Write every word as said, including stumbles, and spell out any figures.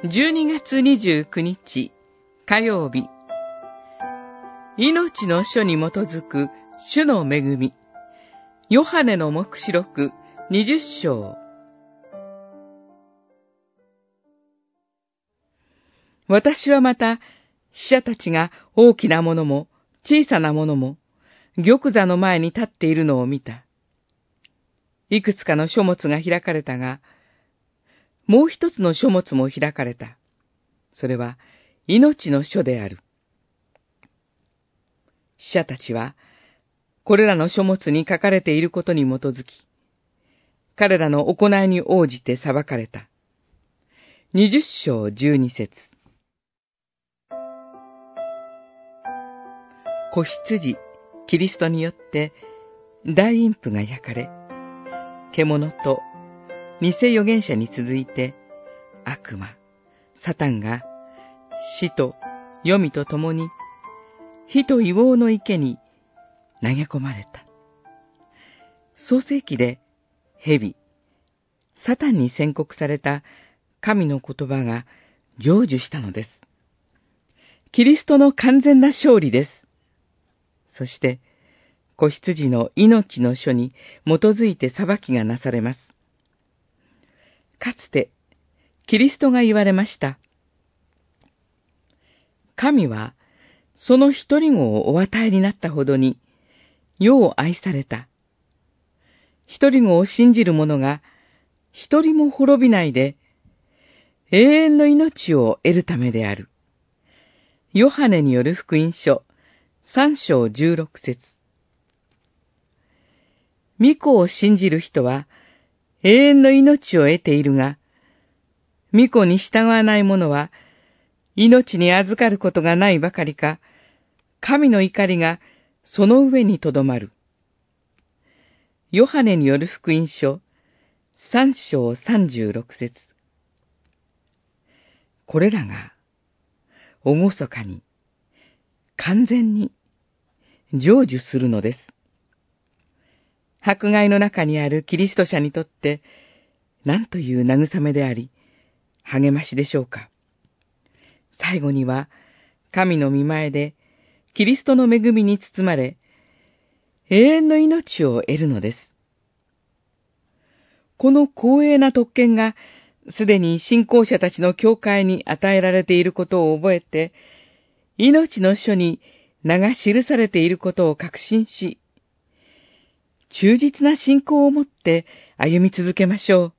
じゅうにがつにじゅうくにち火曜日、命の書に基づく主の恵み、ヨハネの黙示録にじゅっしょう。私はまた、死者たちが大きなものも小さなものも玉座の前に立っているのを見た。いくつかの書物が開かれたが、もう一つの書物も開かれた。それは命の書である。死者たちは、これらの書物に書かれていることに基づき、彼らの行いに応じて裁かれた。にじゅっしょうじゅうにせつ。子羊、キリストによって大陰譜が焼かれ、獣と偽預言者に続いて悪魔、サタンが死と黄泉と共に火と硫黄の池に投げ込まれた。創世記で蛇、サタンに宣告された神の言葉が成就したのです。キリストの完全な勝利です。そして、子羊の命の書に基づいて裁きがなされます。かつて、キリストが言われました。神は、その一人子をお与えになったほどに、世を愛された。一人子を信じる者が、一人も滅びないで、永遠の命を得るためである。ヨハネによる福音書、さんしょうじゅうろくせつ。御子を信じる人は永遠の命を得ているが、御子に従わない者は命に預かることがないばかりか、神の怒りがその上にとどまる。ヨハネによる福音書、さんしょうさんじゅうろくせつ。これらが、おごそかに、完全に成就するのです。迫害の中にあるキリスト者にとって、何という慰めであり、励ましでしょうか。最後には、神の御前で、キリストの恵みに包まれ、永遠の命を得るのです。この光栄な特権が、すでに信仰者たちの教会に与えられていることを覚えて、命の書に名が記されていることを確信し、忠実な信仰をもって歩み続けましょう。